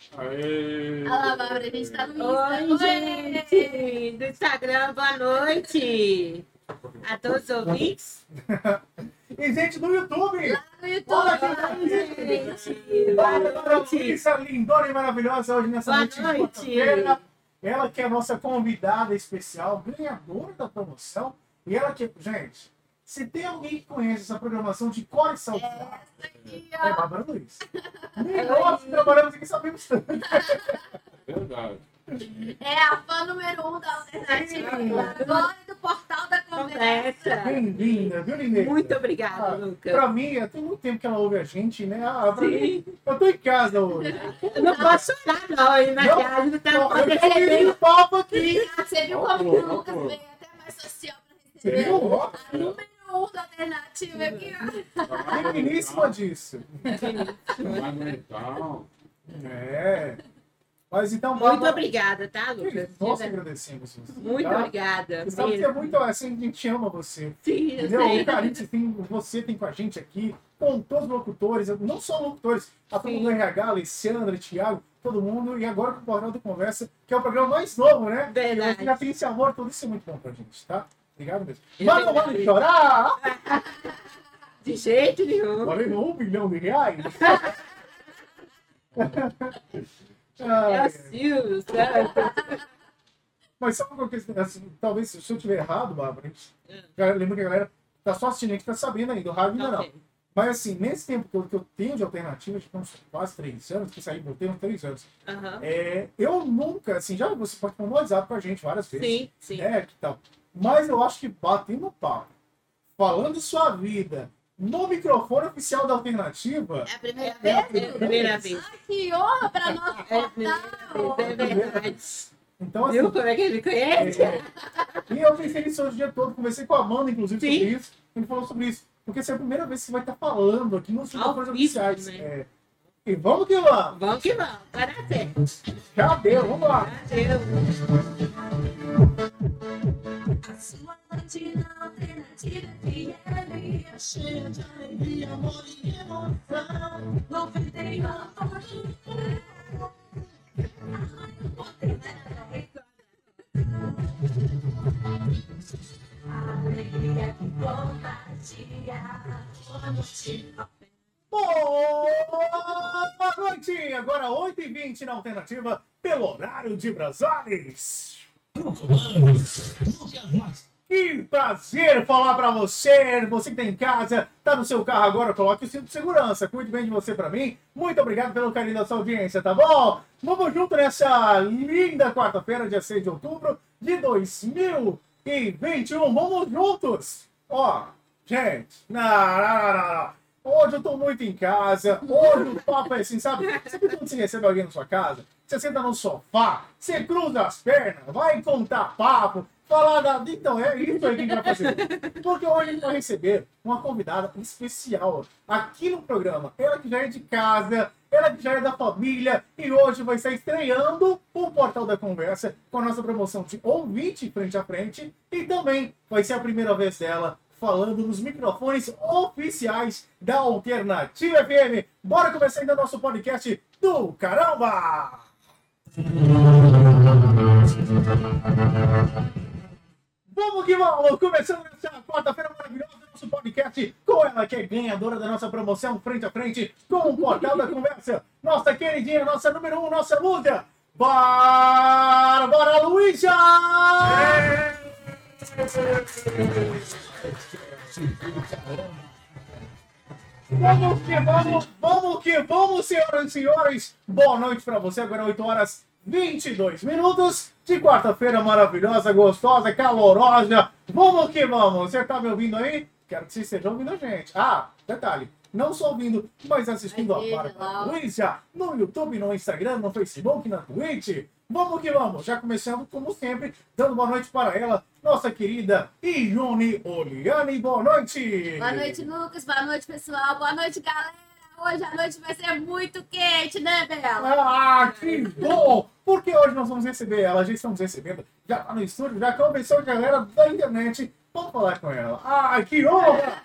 Aê! Olha lá, Bárbara, a gente tá no Insta. Oi, gente do Instagram, boa noite a todos os ouvintes. E gente do YouTube! Lá no YouTube. Olha aqui, Gente, boa noite. Essa lindona e maravilhosa hoje nessa Boa noite de noite. quarta-feira. Ela que é a nossa convidada especial, ganhadora da promoção. E ela que, gente, se tem alguém que conhece essa programação de cor e salteado, Essa aqui, é ó. Bárbara Luiz. Nem nós que trabalhamos aqui sabemos tanto. Verdade. É a fã número 1 da Alternativa. Agora do Portal da Conversa. Conversa. Bem-vinda, viu, Linê? Muito obrigada, Ah, Lucas. pra mim, tem muito tempo que ela ouve a gente, né? Pra Sim. mim, eu tô em casa hoje. Eu não posso chorar, não, e na Não, casa tá Eu acontecendo. fiz um papo aqui. Você viu como que o Lucas veio até mais social pra Você receber? viu? A número 1 da Alternativa aqui, ó. Digníssima disso. Fundamental. É. Mas então, Muito Bárbara, obrigada, tá, Lucas? nós agradecemos você. Muito tá? obrigada. Você sabe que é mesmo. muito assim, a gente ama você. Sim, eu Entendeu? sei. O carinho que você tem com a gente aqui, com todos os locutores, não só locutores, a todo mundo do RH, Alessandra, Thiago, todo mundo, e agora com o Portal da Conversa, que é o programa mais novo, né? Verdade. Você já tem esse amor, tudo isso é muito bom pra gente, tá? Obrigado mesmo. É Mas não verdade. vale chorar! De jeito nenhum. Falei no R$1 bilhão. É Ai, o Silvio, sabe? mas sabe uma coisa, assim, talvez se eu estiver errado, Bárbara, lembra que a galera tá só assistindo, a gente tá sabendo ainda, o rádio ainda não. Ok. Mas assim, nesse tempo que eu tenho de alternativa, acho que uns quase 3 anos, que saí, eu tenho uns 3 anos, Aham. eu nunca, assim, já você pode mandar um WhatsApp pra gente várias vezes, Sim, sim. né, que tal. Mas eu acho que batendo papo, falando sua vida, no microfone oficial da alternativa, É a primeira é a vez? É a primeira vez. Ai, que honra pra nosso É a primeira portal. vez, é verdade. então assim, Viu como é que ele me conhece? E eu pensei nisso hoje o dia todo, conversei com a Amanda, inclusive, Sim. sobre isso. Ele falou sobre isso. Porque essa é a primeira vez que você vai estar falando aqui nos microfones vivo, oficiais. né? É. E vamos que vamos. Vamos que vamos, vai dar certo. Já deu, vamos lá. Valeu. A sua noite na Alternativa FM é cheia de alegria, amor e emoção. 91 a alegria que contagia. Boa noite. Boa noite! Agora 8h20 na alternativa, pelo horário de Brasília. Que prazer falar pra você, você que tá em casa, tá no seu carro agora, coloque o cinto de segurança, cuide bem de você pra mim. Muito obrigado pelo carinho da sua audiência, tá bom? Vamos junto nessa linda quarta-feira, dia 6 de outubro de 2021. Vamos juntos! Ó, gente, não. Hoje eu tô muito em casa, hoje o papo é assim, sabe? Sabe quando você recebe alguém na sua casa? Você senta no sofá, você cruza as pernas, vai contar papo, falar da... Então, é isso aí que a gente vai fazer. Porque hoje a gente vai receber uma convidada especial aqui no programa. Ela que já é de casa, ela que já é da família, e hoje vai estar estreando o Portal da Conversa com a nossa promoção de ouvinte frente a frente, e também vai ser a primeira vez dela falando nos microfones oficiais da Alternativa FM. Bora começar ainda nosso podcast do caramba! Vamos que vamos! Começando essa quarta-feira maravilhosa, nosso podcast com ela que é ganhadora da nossa promoção frente a frente com o Portal da Conversa. Nossa queridinha, nossa número 1, nossa muda, Bárbara Luísa! Vamos que vamos, senhoras e senhores. Boa noite pra você, agora 8h22 de quarta-feira maravilhosa, gostosa, calorosa. Vamos que vamos. Você tá me ouvindo aí? Quero que você esteja ouvindo a gente. Ah, detalhe, não só ouvindo, mas assistindo a Bárbara Luísa no YouTube, no Instagram, no Facebook, na Twitch. Vamos que vamos. Já começando, como sempre, dando boa noite para ela, nossa querida Ione Oliane. Boa noite. Boa noite, Lucas. Boa noite, pessoal. Boa noite, galera. Hoje a noite vai ser muito quente, né, Bela? Ah, que bom! Porque hoje nós vamos receber ela, já estamos recebendo, já tá no estúdio, já conversou com a galera da internet. Vamos falar com ela. Ah, que honra!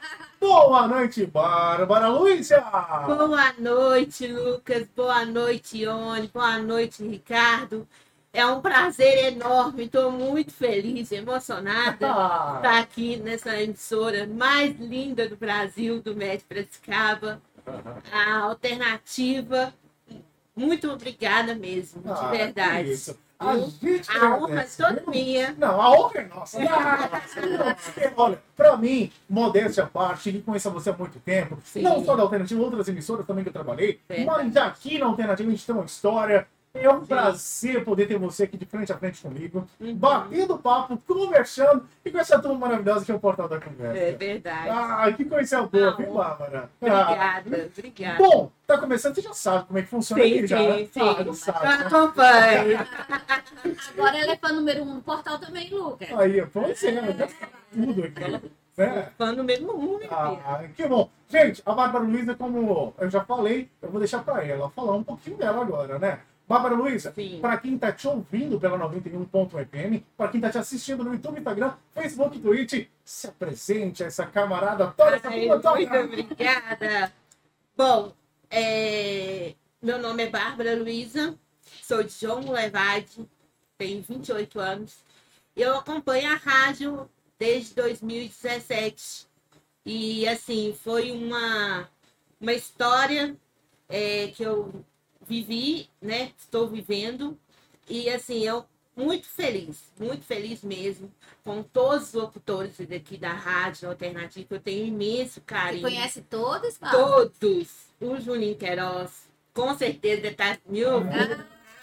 Boa noite, Bárbara Luísa! Boa noite, Lucas. Boa noite, Ione. Boa noite, Ricardo. É um prazer enorme. Estou muito feliz, emocionada de estar aqui nessa emissora mais linda do Brasil, do MED Piracicaba. A alternativa. Muito obrigada mesmo, de verdade. Que isso. A gente A honra é agradece, toda viu? minha. Não, a honra é nossa. Olha, pra mim, modéstia à parte, que conheço você há muito tempo, Sim. não só da Alternativa, outras emissoras também que eu trabalhei, Verdade. mas aqui na Alternativa a gente tem uma história. É um prazer poder ter você aqui de frente a frente comigo, batendo papo, conversando e com essa turma maravilhosa que é o Portal da Conversa. É verdade. Ah, que coisa boa, viu, Bárbara? Obrigada, obrigada. Bom, tá começando, você já sabe como é que funciona Sim, aqui já, sim, né? sim. Ah, já sabe, Eu né? acompanho. Agora ela é fã número 1 no portal também, Lucas. Aí, pode ser, né? Já sabe tudo aqui. Né? Fã número 1, meu filho. Ah, que bom. Gente, a Bárbara Luísa, como eu já falei, eu vou deixar para ela falar um pouquinho dela agora, né? Bárbara Luísa, Sim. para quem tá te ouvindo pela 91.fm, para quem tá te assistindo no YouTube, Instagram, Facebook, Twitch, se apresente a essa camarada toda, essa Ai, turma toda. muito obrigada. Bom, meu nome é Bárbara Luísa, sou de João Molevade, tenho 28 anos. Eu acompanho a rádio desde 2017. E, assim, foi uma história que eu vivi, né? Estou vivendo. E, assim, eu muito feliz mesmo, com todos os locutores daqui da Rádio Alternativa. Eu tenho imenso Você carinho. conhece todos, Paulo? Todos. O Juninho Queiroz, com certeza deve estar me ouvindo,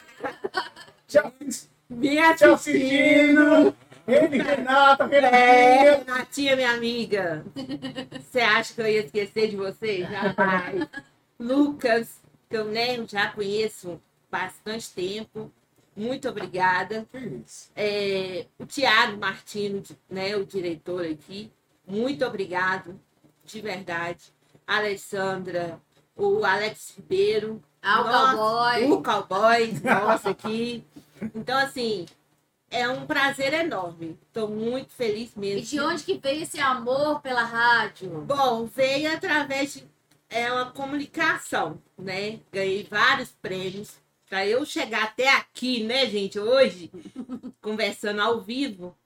me Te assistindo. assistindo. Ele, Renata, Renatinha, minha amiga. Você acha que eu ia esquecer de você? Jamais. Lucas, que eu já conheço bastante tempo. Muito obrigada. O Tiago Martino, né, o diretor aqui. Muito obrigado, de verdade. A Alessandra, o Alex Ribeiro. O cowboy. O cowboy, nossa, aqui. Então, assim, é um prazer enorme. Estou muito feliz mesmo. E de onde que veio esse amor pela rádio? Bom, veio através de uma comunicação, né? Ganhei vários prêmios. Para eu chegar até aqui, né, gente, hoje, conversando ao vivo,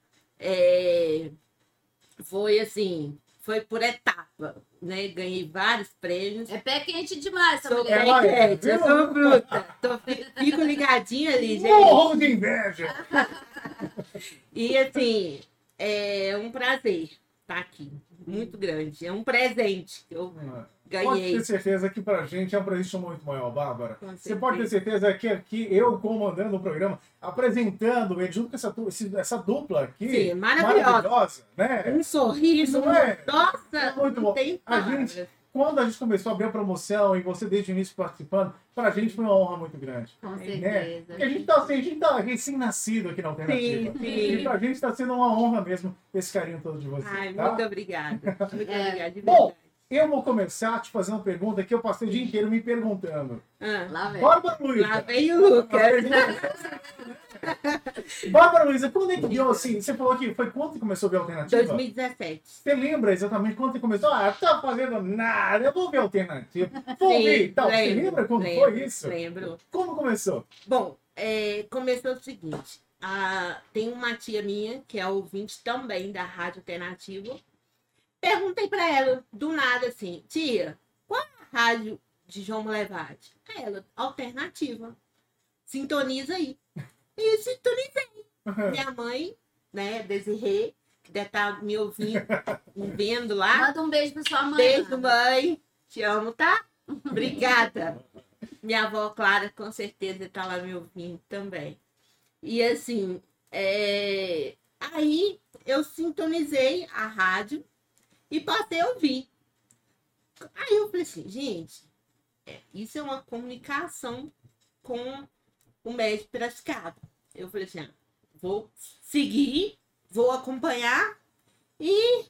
foi assim, foi por etapa, né? Ganhei vários prêmios. É pé quente demais essa Sou mulher. Ela bem é, quente, eu viu? sou bruta. Fico ligadinha ali, gente. Morro de inveja. E assim, é um prazer estar aqui. Muito grande. É um presente que eu Pode ganhei. ter certeza que pra gente é um presente muito maior, Bárbara. Com Você pode ter certeza que aqui, eu comandando o programa, apresentando, ele junto com essa dupla aqui, Sim, maravilhosa. né? Um sorriso. Não é? Nossa, É muito não bom. tem A palavras. gente, quando a gente começou a abrir a promoção e você desde o início participando, pra gente foi uma honra muito grande. Com Né? certeza. Porque a gente tá recém-nascido aqui na Alternativa. Sim, sim. E pra gente tá sendo uma honra mesmo esse carinho todo de você. Ai, tá? muito obrigada. Muito obrigada, de Bom, verdade. eu vou começar te fazendo uma pergunta que eu passei o dia inteiro me perguntando. Ah, Lá vem. Bárbara lá Luísa. vem o Lucas. Bárbara Luísa, quando é que deu assim? Você falou que foi quando você começou a ver a Alternativa? 2017. Você lembra exatamente quando você começou? Ah, não tá fazendo nada, eu vou ver a Alternativa. Vou ver e tal. Você lembra quando foi isso? Lembro. Como começou? Bom, começou o seguinte. Tem uma tia minha, que é ouvinte também da Rádio Alternativa. Perguntei pra ela, do nada, assim, tia, qual é a rádio de João Molevade? Aí ela, Alternativa. Sintoniza aí. E eu sintonizei. Minha mãe, né, Desirê, que deve estar me ouvindo, me vendo lá. Manda um beijo pra sua mãe. Beijo, mãe. Te amo, tá? Obrigada. Minha avó Clara, com certeza, está lá me ouvindo também. E assim, aí eu sintonizei a rádio e passei a ouvir. Aí eu falei assim, gente, isso é uma comunicação com o médico Piracicaba. Eu falei assim, vou seguir, vou acompanhar e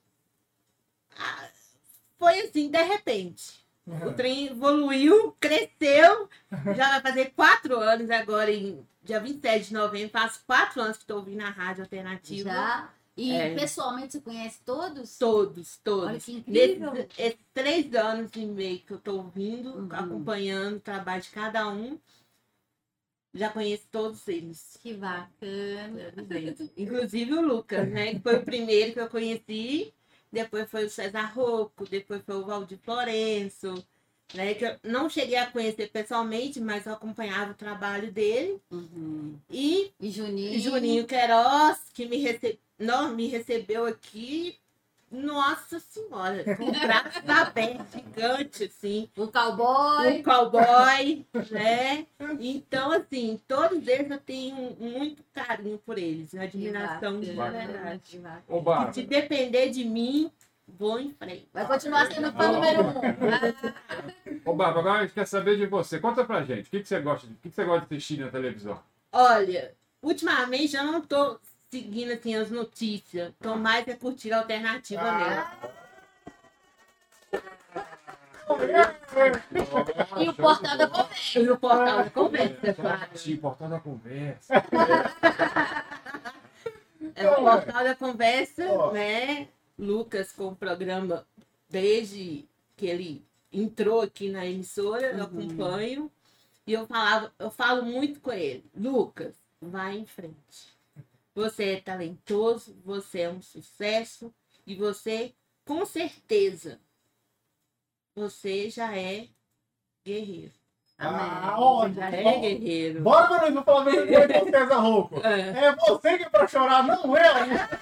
foi assim, de repente. O trem evoluiu, cresceu, já vai fazer 4 anos agora, em dia 27 de novembro, faz 4 anos que estou ouvindo a Rádio Alternativa. E É. pessoalmente você conhece todos? Todos. Olha que incrível. Esses 3 anos e meio que eu tô ouvindo, Uhum. acompanhando o trabalho de cada um, já conheço todos eles. Que bacana. Inclusive o Lucas, né? Que foi o primeiro que eu conheci. Depois foi o César Rocco, depois foi o Valdir Florencio, né? Que eu não cheguei a conhecer pessoalmente, mas eu acompanhava o trabalho dele. Uhum. E E Juninho? Juninho Queiroz, que me recebeu aqui. Nossa Senhora, com braços abertos, gigante, assim. O cowboy? Um cowboy, né? Então, assim, todos eles eu tenho muito carinho por eles, admiração de bacana, verdade. que bacana. Ô, E Bárbara, se depender de mim, vou em frente. Vai continuar sendo fã número 1. Agora a gente quer saber de você. Conta pra gente, o que você gosta de assistir na televisão? Olha, ultimamente eu não tô seguindo assim as notícias, tô mais é curtir a alternativa mesmo. E o Portal da Conversa. E o portal de conversa, claro. Sim, portal da conversa. É o portal da conversa, Ó. né? Lucas com o programa desde que ele entrou aqui na emissora, eu acompanho. E eu falo muito com ele. Lucas, vai em frente. Você é talentoso, você é um sucesso e você, com certeza, você já é guerreiro. Ah, Amém. ótimo. Já é guerreiro. Bora, Manu, vou falar mesmo coisa com o César Rocco. É você que é pra chorar, não eu.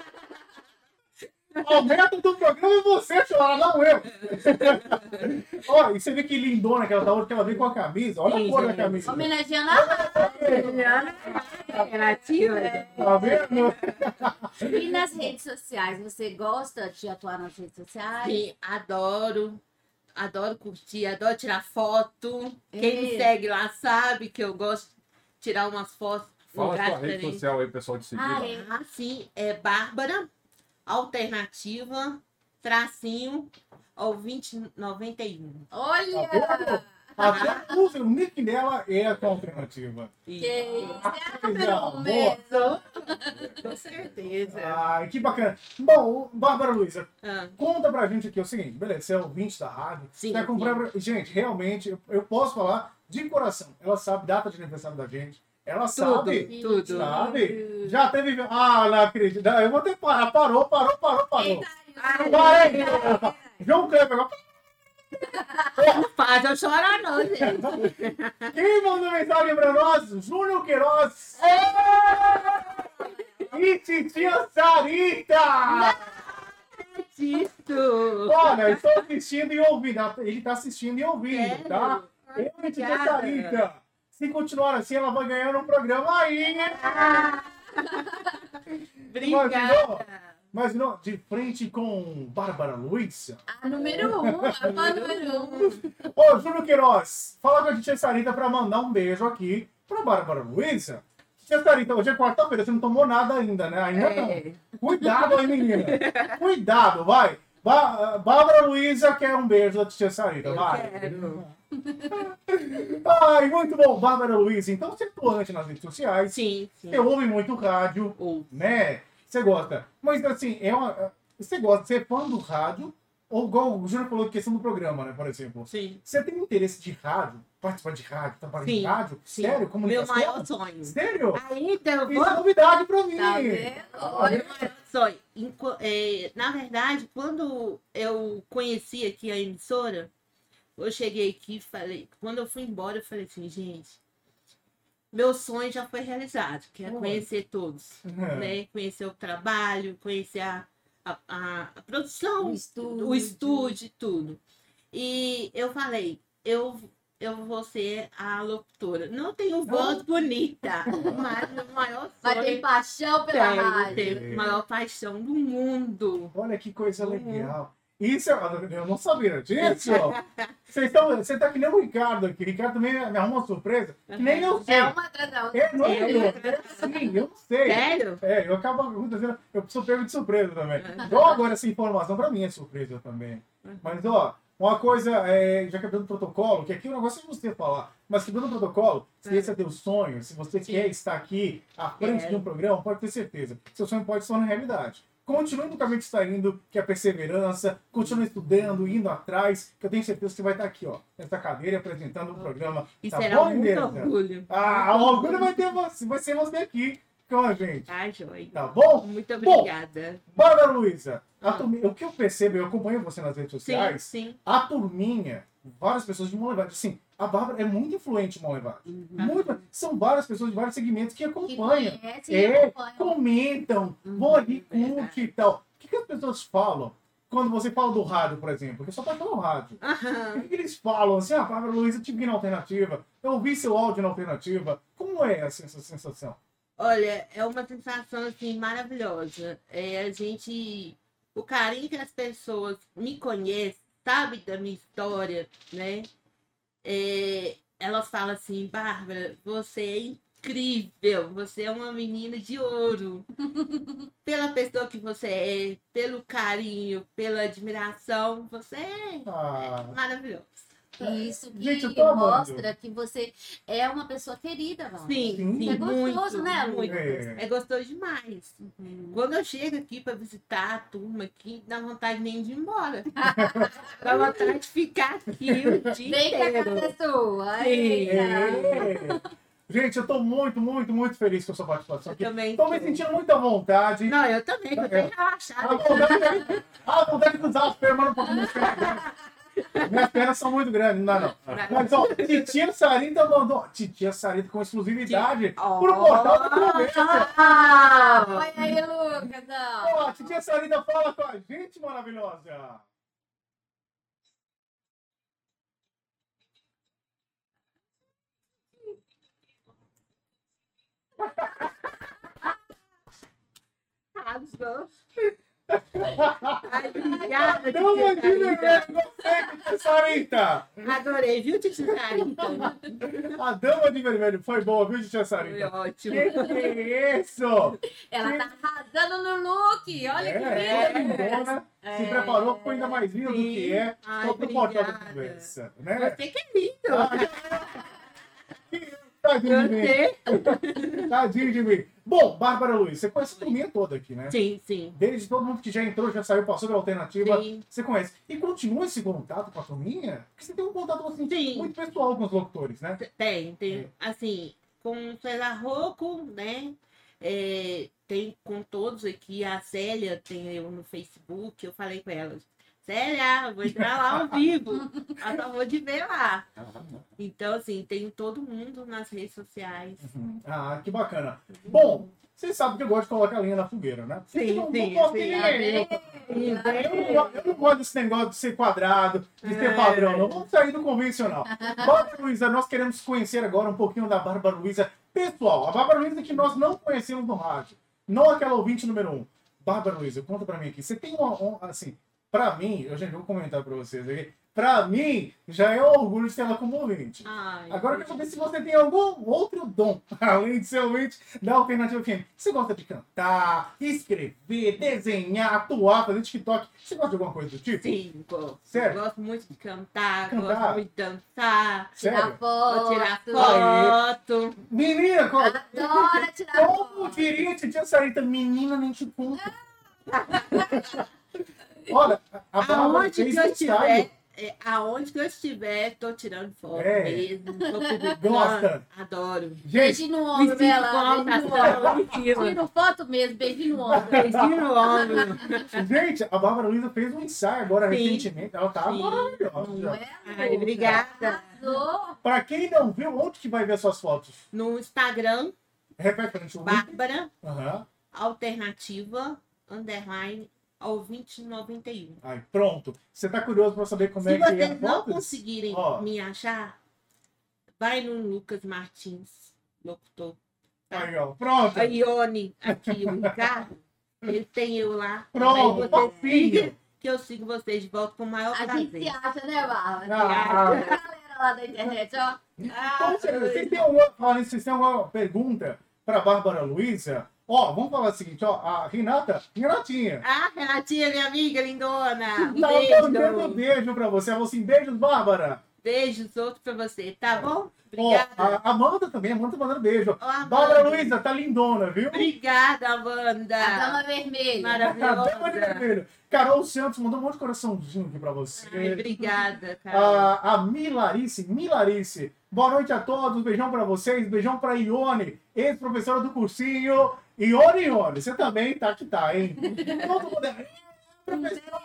A meta do programa é você chorar, não eu. Ó, e você vê que lindona que ela tá hoje, que ela vem com a camisa. Olha a Sim, cor da gente. camisa. Homenageando a Alternativa. Tá vendo? E nas redes sociais, você gosta de atuar nas redes sociais? Sim, adoro. Adoro curtir, adoro tirar foto. Quem me É. segue lá sabe que eu gosto de tirar umas fotos. em Fala lugares sua rede diferentes. social aí, pessoal, de seguir. Ah, lá. é. Ah, sim, é Bárbara, alternativa, tracinho, ao 2091. Olha! Até o nick dela é a alternativa. Que Isso. você é número 1 Boa. mesmo. Com certeza. Ai, que bacana. Bom, Bárbara Luiza, Ah, conta pra gente aqui o seguinte, beleza, você é ouvinte da rádio. Sim, Você vai comprar sim. pra- Gente, realmente, eu posso falar de coração. Ela sabe data de aniversário da gente. Ela sabe. tudo. Sabe? Já teve. Ah, não acredito. Eu vou ter que parar. Parou. Eita, Parei. João Kleber, agora. Não faz eu chorar, não, gente. Quem mandou mensagem pra nós? Júnior Queiroz. E titia Sarita. Isso. Olha, eu estou assistindo e ouvindo. Ele está assistindo e ouvindo, tá? Sério? Eu e titia Obrigada. Sarita. Se continuar assim, ela vai ganhar um programa aí. Obrigada. Mas não, de frente com Bárbara Luiza. a número 1, a fã número 1. Ô, Júnior Queiroz, fala com a tia Sarita pra mandar um beijo aqui pra Bárbara Luiza. Tia Sarita, hoje é quarta-feira, você não tomou nada ainda, né? Ainda É. não. Cuidado aí, menina. Cuidado, vai. Bárbara Luiza quer um beijo da tia Sarita, Eu vai. quero. Ai, muito bom. Bárbara Luiza, então você é atuante nas redes sociais. Sim, sim. Você ouve muito rádio, Ou- né? Você gosta. Mas assim, você gosta, você é fã do rádio, ou igual o Júnior falou, questão do programa, né, por exemplo. Sim. Você tem interesse de rádio? Participar de rádio? Trabalhar em Sim, rádio? sim. Sério? Meu Comunicação? maior sonho. Sério? Ainda eu Isso é vou. novidade pra mim. Tá vendo? Olha, sonho. Na verdade, quando eu conheci aqui a emissora, eu cheguei aqui e falei, quando eu fui embora, eu falei assim, gente, meu sonho já foi realizado, que é Oi. conhecer todos, É. né? Conhecer o trabalho, conhecer a produção, O o estúdio e tudo. E eu falei, eu vou ser a locutora. Não tenho voz bonita, mas o maior Mas sonho tem paixão pela tenho, rádio. tenho a maior paixão do mundo. Olha que coisa Uhum. legal. Isso eu não sabia disso. Você tá que nem o Ricardo aqui. O Ricardo também me arruma uma surpresa. Que nem eu sei. É uma atrás da outra. Não é eu. Sim, eu não sei. Sério? Eu acabo acontecendo. Eu sou pego de surpresa também. Então agora essa informação pra mim é surpresa também. Mas ó, Uma coisa, já quebrando o protocolo, que aqui o negócio é você falar, mas quebrando o protocolo, se esse é teu sonho, se você quer estar aqui à frente de um programa, pode ter certeza, seu sonho pode se tornar realidade. Continue no caminho que está indo, que é a perseverança, continue estudando, indo atrás, que eu tenho certeza que você vai estar aqui, ó, nessa cadeira, apresentando um programa. E Tá será bom, muito Inês? orgulho. Ah, o orgulho vai ser você aqui com a gente. Tá, joia. Tá bom? Muito obrigada. Bárbara Luiza, o que eu percebo, eu acompanho você nas redes Sim, sociais, sim. a turminha, várias pessoas de Monlevade, assim, a Bárbara é muito influente em Monlevade. São várias pessoas de vários segmentos que Que acompanham, conhece e acompanha. comentam, vão ali, curte verdade. e tal. O que as pessoas falam quando você fala do rádio, por exemplo? Porque só pode falar o rádio. Aham. O que eles falam assim, Bárbara Luiza, eu te vi na alternativa, eu ouvi seu áudio na alternativa. Como é essa sensação? Olha, é uma sensação assim maravilhosa. O carinho que as pessoas me conhecem, sabe da minha história, né? Elas falam assim, Bárbara, você é incrível, você é uma menina de ouro. Pela pessoa que você é, pelo carinho, pela admiração, você é maravilhoso. Isso que Gente, eu tô amando. mostra que você é uma pessoa querida, mano. Sim, Sim. sim, É gostoso, muito, né, muito. Lucas? É gostoso demais. Quando eu chego aqui para visitar a turma aqui, dá vontade nem de ir embora. Dá vontade de ficar aqui o dia Vem que a inteiro. casa é sua. Sim. Eita. É. Gente, eu tô muito, muito, muito feliz com a sua participação Eu aqui. também Tô me tô. sentindo muito à vontade. Não, eu também, que eu tenho relaxado. A vontade de usar as pernas um pouco mais grandes. Minhas pernas são muito grandes, não dá não. Mas, ó, Titia Sarita mandou. Titia Sarita com exclusividade pro portal da conversa. Ah, foi aí, Lucas. ó. Ó, Titia Sarita fala com a gente, maravilhosa. Arrasou. Ai, obrigada, Dama de Titia Sarita. vermelho, gostei, Titia Sarita. Adorei, viu, Titia Sarita? A dama de vermelho foi boa, viu, Titia Foi Sarita? ótimo. Que é isso? Ela tá arrasando no look. Olha que É, lindo. lindona, se preparou, ficou ainda mais lindo do que é. Ai, Só pro portal da obrigada. conversa, né? Você que é lindo. Tadinho de mim, Você? tadinho de mim. Bom, Bárbara Luiz, você conhece a turminha toda aqui, né? Sim, sim. Desde todo mundo que já entrou, já saiu, passou pela alternativa, Sim. você conhece. E continua esse contato com a turminha? Porque você tem um contato assim, Sim. muito pessoal com os locutores, né? Tem. Assim, com o César Rocco, né? Tem com todos aqui. A Célia tem eu no Facebook. Eu falei com ela, Célia, eu vou entrar lá ao vivo. Acabou de ver lá. Então, assim, tem todo mundo nas redes sociais. Ah, que bacana. Bom, vocês sabem que eu gosto de colocar a linha na fogueira, né? Sim, Não sim, posso sim. ter- Eu não gosto desse negócio de ser quadrado, de ser padrão, não. Vamos sair do convencional. Bárbara Luiza, nós queremos conhecer agora um pouquinho da Bárbara Luiza pessoal. A Bárbara Luiza que nós não conhecemos no rádio. Não aquela ouvinte número 1. Bárbara Luiza, conta pra mim aqui. Você tem assim, pra mim, eu já vou comentar pra vocês aqui. Pra mim, já é um orgulho de ter ela como ouvinte. Ai, Agora eu quero saber se você tem algum outro dom, além de ser ouvinte da Alternativa FM. Você gosta de cantar, escrever, desenhar, atuar, fazer TikTok? Você gosta de alguma coisa do tipo? sim, gosto. Sério? Gosto muito de cantar, Cantar? gosto muito de dançar. Tirar Sério? Vou foto. tirar Aê. foto. Menina, Adora tirar como foto. diria Titia Sarita, menina nem te conta. Olha, a Bárbara Aonde fez que eu ensaio. estiver, aonde que eu estiver, tô tirando foto É. mesmo. Tô publicando. Gosta? Adoro. Gente, Beijinho no Me ombro, sinto Bela. com Beijinho no ombro. alta em cima. Tiro foto mesmo, beijinho no ombro. Beijinho no ombro. gente, a Bárbara Luiza fez um ensaio agora Sim. recentemente. Ela tá Sim. maravilhosa. Não é? Ai, obrigada. Arrasou. Pra quem não viu, onde que vai ver suas fotos? No Instagram, Repete pra gente o link. Bárbara Aham. Alternativa _ ouvinte 91. Aí, pronto. Você tá curioso pra saber como Se é que é vocês a não foto? conseguirem Ó. me achar, vai no Lucas Martins, locutor. Aí, ó. Pronto. A Ione, aqui, o Ricardo, ele tem eu lá. Pronto, Aí vocês papinho. sigam, que eu sigo vocês de volta com o maior A gente se prazer. acha, né, Bárbara? Ah. A galera lá da internet, ó. Então, vocês têm alguma pergunta pra Bárbara Luiza? Ó, vamos falar o seguinte, ó. A Renatinha. Ah, Renatinha, minha amiga lindona. Um Tá mandando um beijo. beijo pra você. Ela falou assim, beijos, Bárbara. Beijos, outro pra você, tá bom? Ó, Obrigada. a Amanda também, a Amanda tá mandando beijo. Ó, Amanda. Bárbara Luísa, tá lindona, viu? Obrigada, A Amanda. dama vermelha. Dama de Maravilhosa. vermelho. Carol Santos mandou um monte de coraçãozinho aqui pra você. Ai, obrigada, cara. A Milarice. Boa noite a todos, beijão pra vocês, beijão pra Ione, ex-professora do cursinho. Ione, você também tá que tá, hein? Todo mundo é professor.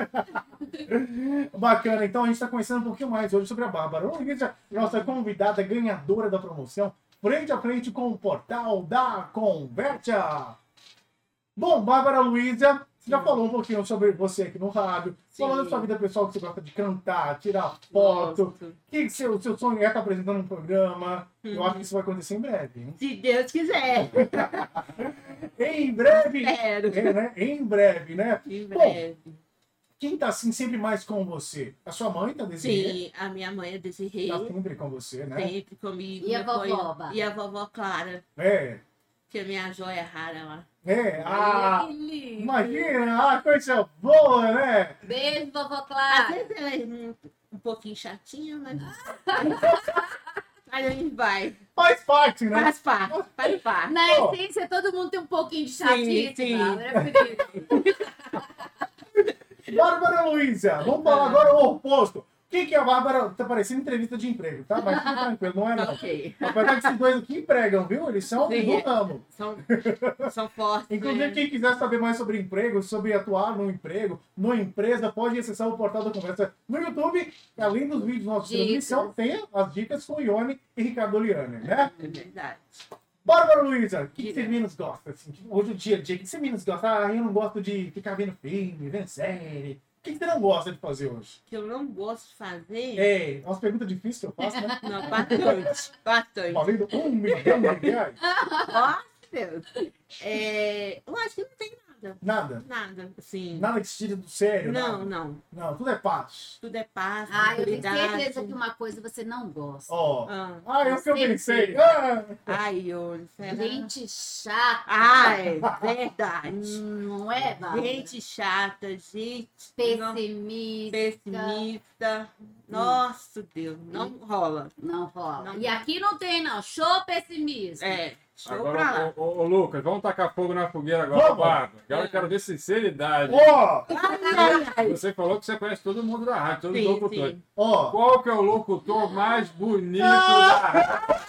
Bacana, então a gente está conhecendo um pouquinho mais hoje sobre a Bárbara Luísa, nossa convidada ganhadora da promoção, frente a frente com o portal da Conversa. Bom, Bárbara Luísa, você já falou um pouquinho sobre você aqui no rádio, Sim. falando da sua vida pessoal, que você gosta de cantar, tirar foto, Gosto. que o seu sonho é estar apresentando um programa. Eu acho que isso vai acontecer em breve, hein? Se Deus quiser. Em breve! Espero. É, né? Em breve, né? Em Bom, breve. quem tá assim sempre mais com você? A sua mãe tá Desirê? Sim, a minha mãe é Desirê. Tá sempre com você, né? Sempre comigo. E a me vovó, apoia. Bárbara? E a vovó Clara, É, que é minha joia rara lá. é. Ai, Ah, que lindo. imagina, ah, coisa boa, né? Beijo, vovó Às Clara. vezes ela é um pouquinho chatinha, mas. Aí a gente vai. Faz parte, né? Faz parte, faz parte. Na Ó. essência, todo mundo tem um pouquinho de chatice, sim. Bárbara. É por isso. Bárbara Luísa, vamos falar agora o oposto. O que a Bárbara tá parecendo entrevista de emprego, tá? Mas fica tranquilo, não é não. Ok. Apesar que esses dois aqui empregam, viu? Eles são Sim. do ramo. São fortes. Inclusive, né? quem quiser saber mais sobre emprego, sobre atuar no emprego, numa empresa, pode acessar o portal da Conversa no YouTube. Além dos vídeos nossos de Dicas. transmissão, tem as dicas com Ione e Ricardo Oliane, né? É verdade. Bárbara Luísa, o que Diga. você menos gosta? Assim, hoje, o dia a dia, o que você menos gosta? Ah, eu não gosto de ficar vendo filme, vendo série. O que você não gosta de fazer hoje? Que eu não gosto de fazer. É, umas perguntas difíceis que eu faço, né? Não, bastante. Bastante. Valendo R$1 milhão de reais? Nossa, Deus. Eu acho que não tem nada. Nada. Nada, assim. Nada que se tira do sério? Não, nada. não. Não, tudo é paz. Tudo é paz, Ah, eu tenho tranquilidade. certeza que uma coisa você não gosta. Ó. Ah, É o que eu Certeza. pensei. Ah, ai, ô, será? Gente chata. Ai, verdade. Não é, Bárbara? Gente chata, gente Pessimista. pessimista. Nossa, Deus, não rola. Não rola. Não. E aqui não tem, não. Show pessimista. Show pra lá. Agora, ô, Lucas, vamos tacar fogo na fogueira agora, Vamos. Bárbara. Agora eu quero ver sinceridade. Ó, Você falou que você conhece todo mundo da rádio, todos os Sim, locutores. sim. ó. Qual que é o locutor mais bonito da rádio?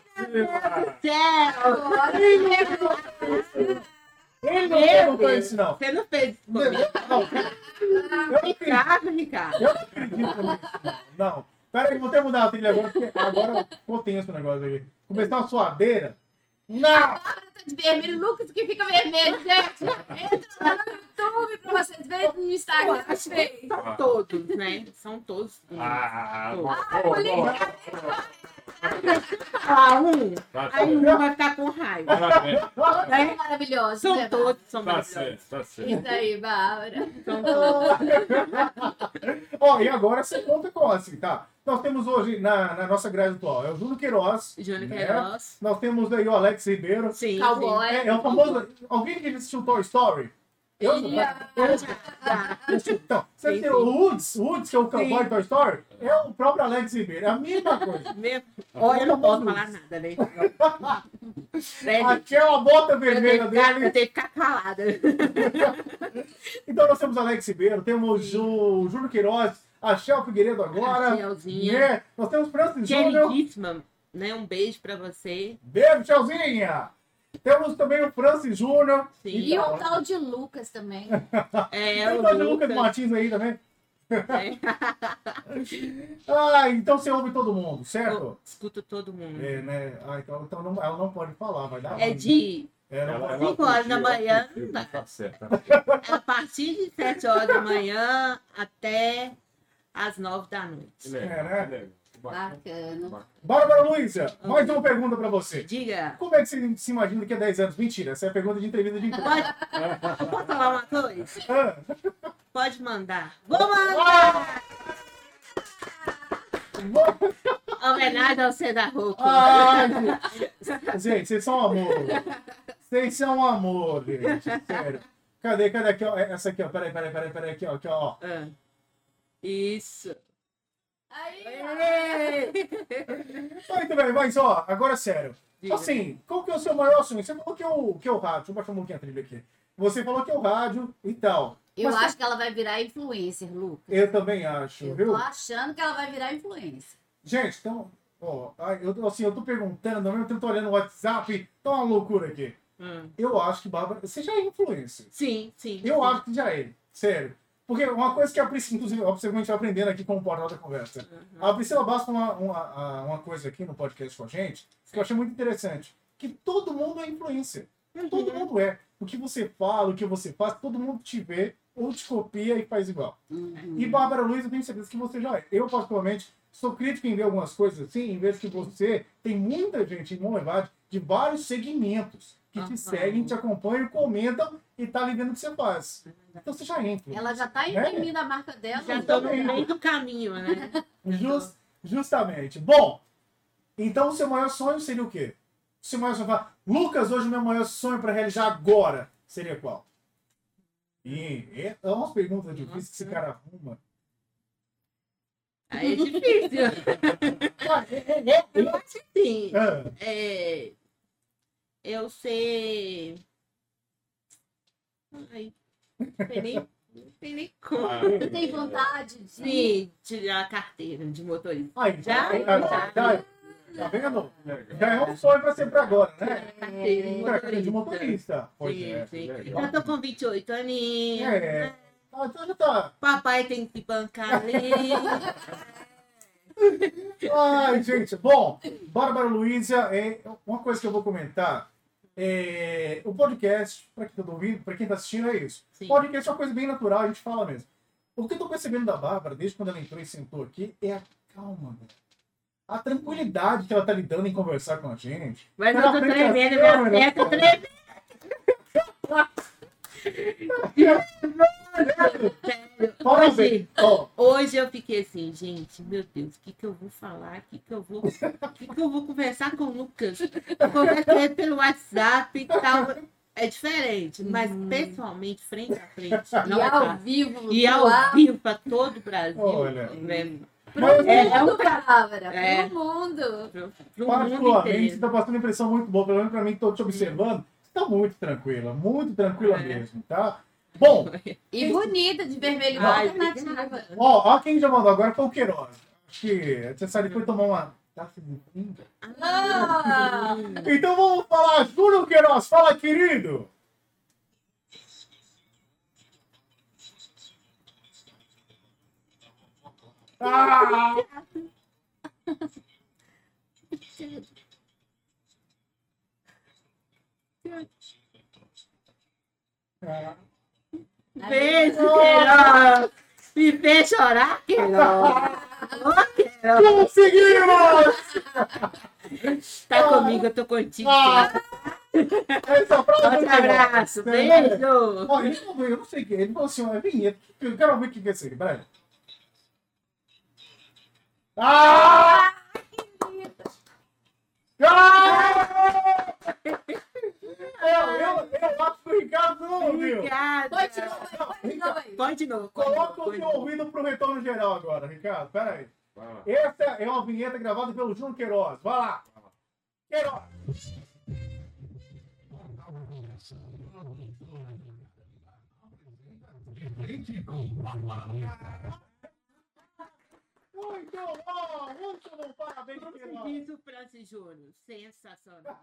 Céu! Ele não perguntou isso, não. Você não fez isso Não, comigo. eu não acredito. Ricardo. Eu não acredito nisso. Não. Pera aí, vou até mudar a trilha agora, porque agora ficou tenso o negócio aqui. Começar uma suadeira. Não! Tá de vermelho, Lucas que fica vermelho, gente. Entra lá no YouTube pra vocês verem no Instagram. Feio. São todos, né? São todos. Ah, Todos. bom, bom. Um. Tá Aí um certo. vai ficar com raiva. Parabéns. Todos são maravilhosos. São né, todos, são Tá maravilhosos. certo, tá certo. Isso aí, Bárbara. São todos. Ó, e agora você conta com assim, tá? Nós temos hoje na nossa grade atual, é o Júlio Queiroz. Júnior né? Queiroz. Nós temos aí o Alex Ribeiro. Sim, Cowboy. É o famoso. Alguém que assistiu Toy Story? Eu não. sim. Já. Então, você Sim, tem sim. o Woods, que é o cowboy de Toy Story, é o próprio Alex Ribeiro. É a mesma coisa. Mesmo. Olha, eu não posso falar nada, né? Aqui é uma bota Eu vermelha tenho que dele. ficar calada. Então nós temos o Alex Ribeiro, temos o Júlio Queiroz, a Shell Figueiredo agora. Chelzinha. Né? Nós temos Francis Júnior. Queridíssima, né? Um beijo pra você. Beijo, Shellzinha. Temos também o Francis Júnior. Sim. E o tal de Lucas também. É, Tem o o Lucas Lucas. Martins aí também. É. Ah, então você ouve todo mundo, certo? Eu escuto todo mundo. É, né? Ah, então ela não pode falar, vai dar É ruim. de É, não pode. 5 horas da manhã. Tá certo. A partir de 7 horas da manhã até as 9 da Que noite. legal, É, né? que legal. Bacana. Bárbara Luísa, mais uma pergunta pra você. Diga. Como é que você se imagina que é 10 anos? Mentira, essa é a pergunta de entrevista de emprego. Posso falar uma coisa? Ah, Pode mandar. Vou mandar! Homenagem ao Cedar Rouco. ai, gente, vocês são um amor. Vocês são um amor, gente. Sério. Cadê aqui, ó? Essa aqui, ó. Peraí, aqui, ó. Aqui, ó. Ah. Isso. Aí, Muito bem, mas ó, agora sério. Diga. Assim, qual que é o seu maior sonho? Você falou que é o rádio. Deixa eu baixar um pouquinho a trilha aqui. Você falou que é o rádio e tal. eu Mas acho que ela vai virar influencer, Lucas. eu também acho, Eu viu? tô achando que ela vai virar influencer. Gente, então, ó, eu tô perguntando, ao mesmo tempo tô olhando o WhatsApp, tá uma loucura aqui. Eu acho que Bárbara, você já é influencer. Sim, sim. Eu sim. acho que já é, sério. Porque uma coisa que a Priscila, inclusive, observa, a gente vai aprendendo aqui com o portal da conversa. A Priscila basta uma coisa aqui no podcast com a gente, que eu achei muito interessante. Que todo mundo é influencer. Todo mundo é. O que você fala, o que você faz, todo mundo te vê ou te copia e faz igual. E Bárbara Luiz, eu tenho certeza que você já é. Eu, particularmente, sou crítico em ver algumas coisas assim, em vez que você tem muita gente em Mão Levade de vários segmentos que te seguem, te acompanham, comentam e tá ali vendo o que você faz. Então você já entra. Ela já tá imprimindo a marca dela. Já tô no meio do caminho, né? Justamente. Bom, então o seu maior sonho seria o quê? O seu maior sonho fala, Lucas, hoje o meu maior sonho para realizar agora seria qual? É umas perguntas difíceis que esse cara arruma. Aí é difícil. Eu acho que sim. Eu sei. Ai, não tem nem como. Você tem vontade de... Sim, tirar a carteira de motorista. Aí, Já? tá vendo? Já é um sonho para ser para agora, né? Carteira De motorista. Pois Sim, é. sim. legal. Já tô com 28 aninhos. É. Ah, então já tá. Papai tem que bancar ali. Ai, gente, bom, Bárbara Luísa, uma coisa que eu vou comentar, o podcast, para quem tá ouvindo, para quem tá assistindo, é isso. Sim. Podcast é uma coisa bem natural, a gente fala mesmo. O que eu tô percebendo da Bárbara, desde quando ela entrou e sentou aqui, é a calma, velho. A tranquilidade que ela tá lidando em conversar com a gente. Mas eu Tá tô na frente tremendo, da meu câmera, pé, tô tremendo. Parabéns. Ó, Hoje eu fiquei assim, gente, meu Deus, o que eu vou falar? O que eu vou conversar com o Lucas? Eu conversei pelo WhatsApp e tal. É diferente, mas pessoalmente, frente a frente, E não é ao fácil. vivo, E no ao ar, vivo para todo o Brasil. Olha. Né? pro Mas, mundo, um Bárbara, É. pro mundo. Pro mundo particularmente, você inteiro. tá passando uma impressão muito boa, pelo menos pra mim, que tô te observando, você tá muito tranquila mesmo, tá? Bom, E bonita, de vermelho Ai, alternativa. obrigada. ó quem já mandou agora foi o Queiroz. Acho que você sabe que foi tomar uma taça de vinho. Ah, Então vamos falar, Júlio Queiroz, fala, querido! Ah! Ah. Beijo, Queiroz! Me fez chorar, Queiroz! Ô, Queiroz! Conseguimos! Tá comigo, eu tô contigo. Ah! Queiroz. Essa frase Forte é muito boa. abraço, beijo! Ó, ele falou, eu não sei o que. Ele falou assim, ó, é vinheta. Eu quero ouvir o que é isso aqui, peraí. Ah! Ah! Eu acho que o Ricardo não ouviu. Obrigada! Põe de novo aí, põe de novo aí. Põe de novo. Coloca o seu ouvido pro retorno geral agora, Ricardo. Peraí. Vai lá. Essa é uma vinheta gravada pelo Júnior Queiroz. Vai lá. Queiroz. Muito bom. Muito bom. Parabéns, Como se Queiroz. diz o Francis Júnior? Sensacional.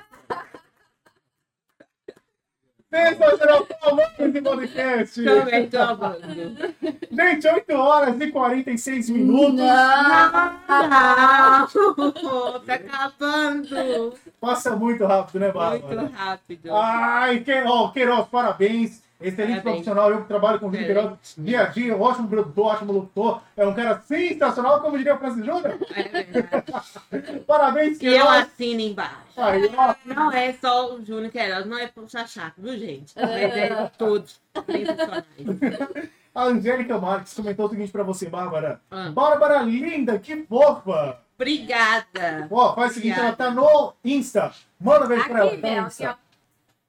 Sensacional. Palmas esse podcast. Também tô amando. Gente, 8h46 minutos. Não. Não! Tá acabando! Passa muito rápido, né, Muito Bárbara? rápido. Ai, Queiroz, parabéns. Excelente Parabéns. profissional. Eu que trabalho com o Júnior Queiroz dia a dia. Ótimo produtor, ótimo locutor. É um cara sensacional, como diria o Francis Júnior. É verdade. Parabéns, E eu Queiroz. assino embaixo. Aí, ó. Não é só o Júnior Queiroz, não é puxar chato, viu, gente? Mas é todos sensacionais. A Angélica Marques comentou o seguinte pra você, Bárbara. Ah. Bárbara linda, que fofa. Obrigada. Ó, faz o seguinte, ela Obrigada. tá no Insta. Manda um beijo pra ela. Aqui, tá no Bel, aqui, Insta. ó.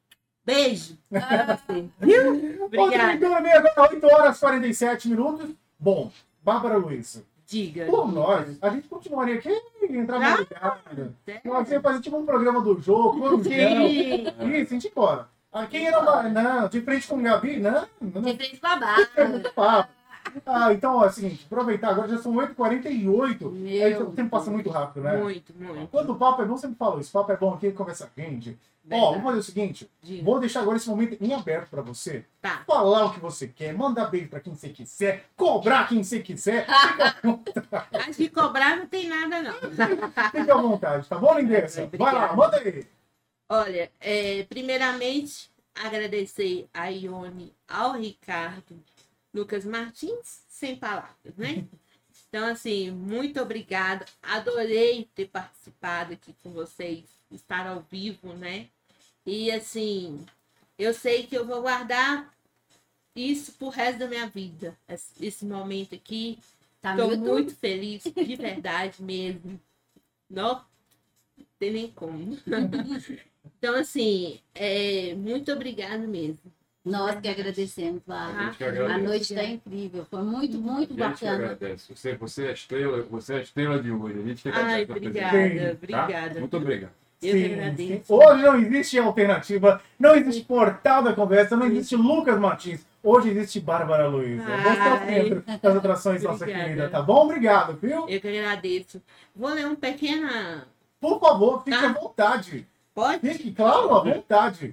Beijo. Ah, Viu? Outro Obrigada. então, agora 8 horas e 47 minutos. Bom, Bárbara Luiza, Diga. por nós, a gente continuaria aqui e entrar na Ah, ligada. sério? Nós ia fazer tipo um programa do jogo, Corujão. Sim. Isso, a gente embora. Aqui era não, de frente com o Gabi, não. de frente com a barra. Então, ó, é o seguinte, aproveitar, agora já são 8h48. Aí o tempo passa muito rápido, né? Muito, muito. Quando o papo é bom, sempre falo isso. O papo é bom aqui, conversa quente. Ó, Verdade. vamos fazer o seguinte. Diga. Vou deixar agora esse momento em aberto pra você. Tá. Falar o que você quer, mandar beijo pra quem você quiser, cobrar quem você quiser. Fica, Acho que cobrar não tem nada, não. fica à vontade, tá bom, lindeza? Vai lá, Obrigada. manda aí. Olha, primeiramente, agradecer a Ione, ao Ricardo, Lucas Martins, sem palavras, né? Então, assim, muito obrigada. Adorei ter participado aqui com vocês, estar ao vivo, né? E, assim, eu sei que eu vou guardar isso pro resto da minha vida. Esse momento aqui. Tá no Estou YouTube? muito feliz, de verdade mesmo. Não tem nem como. Então, assim, muito obrigada mesmo. Nós que agradecemos, A Bárbara. gente que A agradece. noite está incrível. Foi muito, muito A gente que bacana. agradece. Você é a estrela de hoje. A gente que Ai, agradece. a obrigada, presença, tá? obrigada. Muito obrigado. Eu que agradeço. Hoje não existe alternativa, não existe portal da conversa, não existe Lucas Martins. Hoje existe Bárbara Luiza. Você é o centro das atrações, nossa Obrigada. querida, tá bom? Obrigado, viu? Eu que agradeço. Vou ler um pequena. Por favor, fique Tá. à vontade. Pode? Fique, claro, à vontade.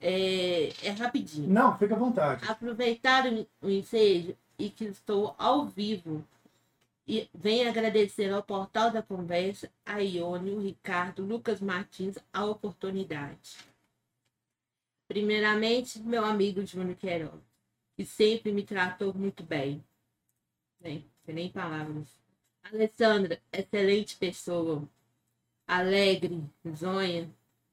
É rapidinho. Não, fique à vontade. Aproveitar o ensejo e que estou ao vivo. E venho agradecer ao Portal da Conversa, a Ione, o Ricardo, Lucas Martins, a oportunidade. Primeiramente, meu amigo Júnior Queiroz, que sempre me tratou muito bem. Né? Sem nem palavras. Alessandra, excelente pessoa. Alegre, zonha.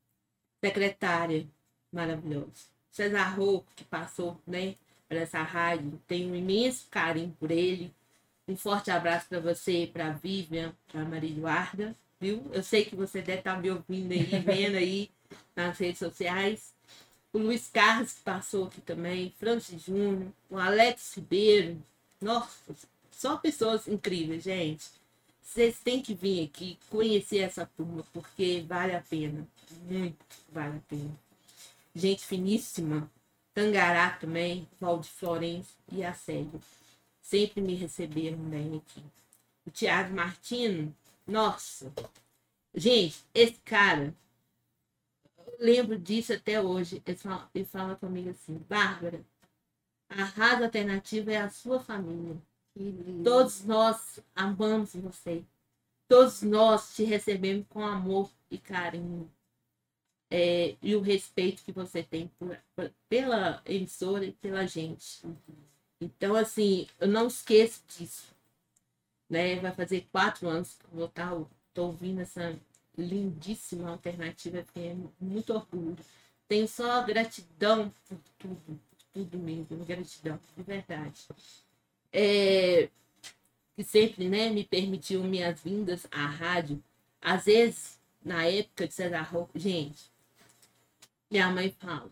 Secretária, maravilhosa. César Rocco, que passou, né, por essa rádio, tenho um imenso carinho por ele. Um forte abraço para você, para a Vivian, para a Maria Eduarda, viu? Eu sei que você deve estar me ouvindo aí, vendo aí nas redes sociais. O Luiz Carlos, que passou aqui também, Francis Júnior, o Alex Ribeiro. Nossa, só pessoas incríveis, gente. Vocês têm que vir aqui conhecer essa turma, porque vale a pena. Muito vale a pena. Gente finíssima. Tangará também, Valde Florencio e a Célia. Sempre me receberam bem aqui. O Thiago Martino, nossa. Gente, esse cara, eu lembro disso até hoje. Ele fala comigo assim, Bárbara, a Rádio Alternativa é a sua família. Que lindo. Todos nós amamos você. Todos nós te recebemos com amor e carinho. E o respeito que você tem pela emissora e pela gente. Então, assim, eu não esqueço disso. Né? Vai fazer 4 anos que eu tô ouvindo essa lindíssima Alternativa FM. Muito orgulho. Tenho só gratidão por tudo mesmo. Gratidão, de verdade. Que sempre, né, me permitiu minhas vindas à rádio. Às vezes, na época de César Rocco, gente, minha mãe fala,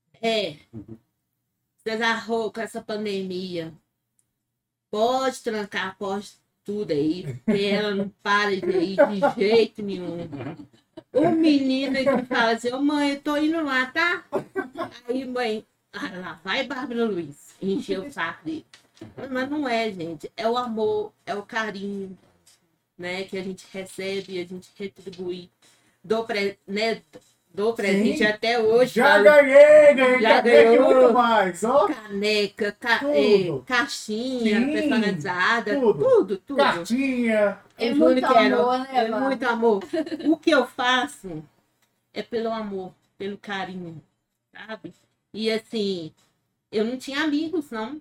César Rocco, essa pandemia, pode trancar, pode tudo aí, porque ela não para de ir de jeito nenhum. O menino que fala assim, ô mãe, eu tô indo lá, tá? Aí, mãe, lá vai Bárbara Luiz, encheu o saco dele. Mas não é, gente, é o amor, é o carinho, né, que a gente recebe e a gente retribui. Dou presente Sim. até hoje. Já falo, ganhei Já caneca e ganhou. muito mais, ó. caneca, Tudo. caixinha Sim. personalizada, Tudo. tudo. Cartinha. É O muito Júnior Queiroz, amor, né, é Bárbara? muito amor. O que eu faço é pelo amor, pelo carinho, sabe? E assim, eu não tinha amigos, não.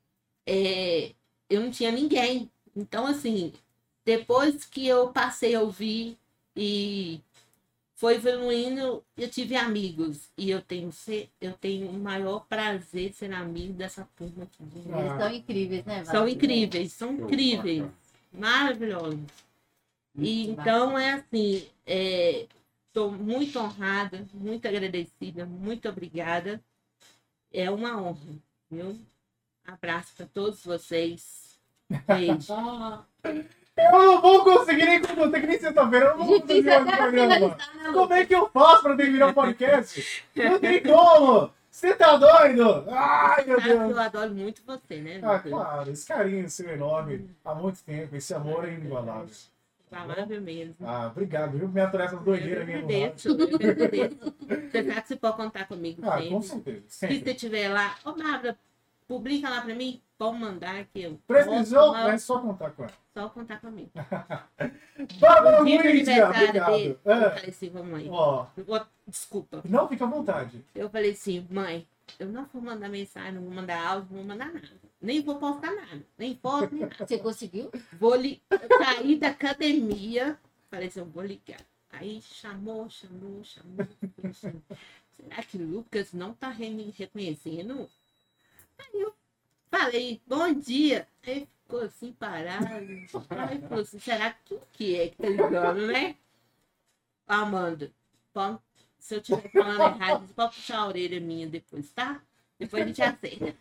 Eu não tinha ninguém. Então, assim, depois que eu passei a ouvir e foi evoluindo, eu tive amigos. E eu tenho o maior prazer de ser amigo dessa turma aqui. Eles são incríveis, né, São Bárbara? incríveis, são incríveis, maravilhosos. E Muito então é assim, Estou muito honrada, muito agradecida, muito obrigada. É uma honra, viu? Abraço para todos vocês. Beijo. Eu não vou conseguir nem com você, que nem sexta-feira. Eu não vou conseguir Difícil mais o até programa. finalizar, né, Como Lucas? é que eu faço pra terminar o podcast? Não tem como! Você tá doido? Ai, meu Sabe que Deus! eu adoro muito você, né, Ah, Lucas? claro, esse carinho seu enorme há muito tempo, esse amor é inigualável. Palavra mesmo. Ah, obrigado, viu? Me aturar essa doideira Eu minha no agradeço, eu agradeço. Você sabe que você pode contar comigo Ah, sempre. com certeza, Se sempre. você estiver lá, ô Bárbara, publica lá pra mim, pode mandar que eu Precisou, posso, é só contar com ela. só contar comigo. Bárbara No dia do Luísa, aniversário obrigado. dele, eu É, falei assim, mãe, ó, desculpa. não, fica à vontade. Eu falei assim, mãe, eu não vou mandar mensagem, não vou mandar áudio, não vou mandar nada. Nem vou postar nada, nem foto, nem nada. Você conseguiu? Eu saí da academia, falei assim, eu vou ligar. Aí chamou. Falei assim, será que o Lucas não tá me reconhecendo? Aí eu falei, bom dia. Aí ficou assim, parado. Aí falou assim, será que é que tá ligando, né? Amanda, se eu estiver falando errado, você pode puxar a orelha minha depois, tá? Depois a gente acerta.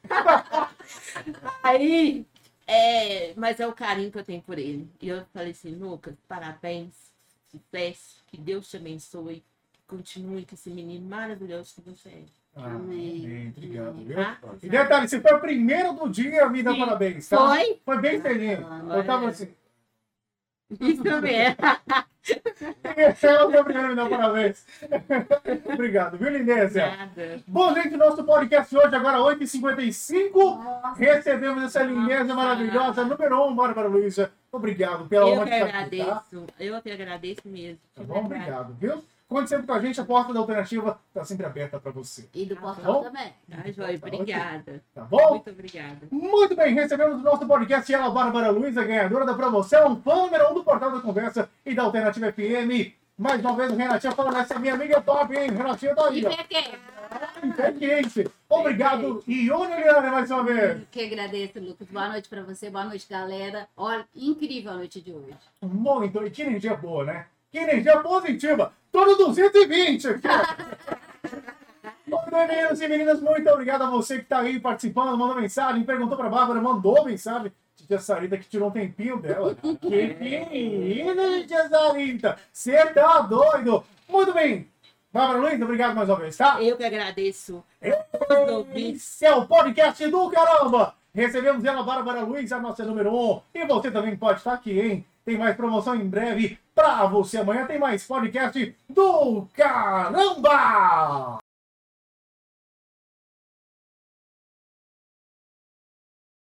Aí, mas é o carinho que eu tenho por ele. E eu falei assim, Lucas, parabéns, sucesso, que Deus te abençoe, continue com esse menino maravilhoso que você é. Ah, amém, obrigado, viu? Tá? E detalhe, você foi o primeiro do dia a me dar Sim. parabéns, tá? Foi? Foi bem feliz. Ah, Eu tava assim, Isso mesmo. esse é o meu primeiro a me dar parabéns. Obrigado, viu, lindeza? Nada. Bom, gente, nosso podcast hoje, agora 8h55. Nossa. Recebemos essa lindeza Nossa. maravilhosa, número 1, Bárbara Luísa. Obrigado pela Eu honra que de estar aqui, tá? agradeço. Eu que agradeço mesmo. Tá de bom? verdade. Obrigado, viu? Conte sempre com a gente, a porta da alternativa está sempre aberta para você. E do Tá portal bom? também. Tá, Joia? Obrigada. Tá bom? Muito obrigada. Muito bem, recebemos no nosso podcast ela, Bárbara Luísa, ganhadora da promoção, fã número 1 do Portal da Conversa e da Alternativa FM. Mais uma vez o Renatinho falando, essa minha amiga é top, hein? Renatinho tá aí, E ó. Pequeno. É quente. Obrigado, Ione Eliane, mais uma vez. Que agradeço, Lucas. Boa noite pra você, boa noite, galera. Olha, incrível a noite de hoje. Muito, e que energia boa, né? Que energia positiva. Tô no 220 aqui, ó. Muito bem, meninos e meninas, muito obrigado a você que tá aí participando, mandou mensagem, perguntou pra Bárbara, mandou mensagem. Tia Sarita que tirou um tempinho dela. Que menina, Tia Sarita. Você tá doido. Muito bem. Bárbara Luísa, obrigado mais uma vez, tá? Eu que agradeço. Esse é o podcast do caramba! Recebemos ela, Bárbara Luísa, a nossa número 1. E você também pode estar aqui, hein? Tem mais promoção em breve pra você. Amanhã tem mais podcast do caramba!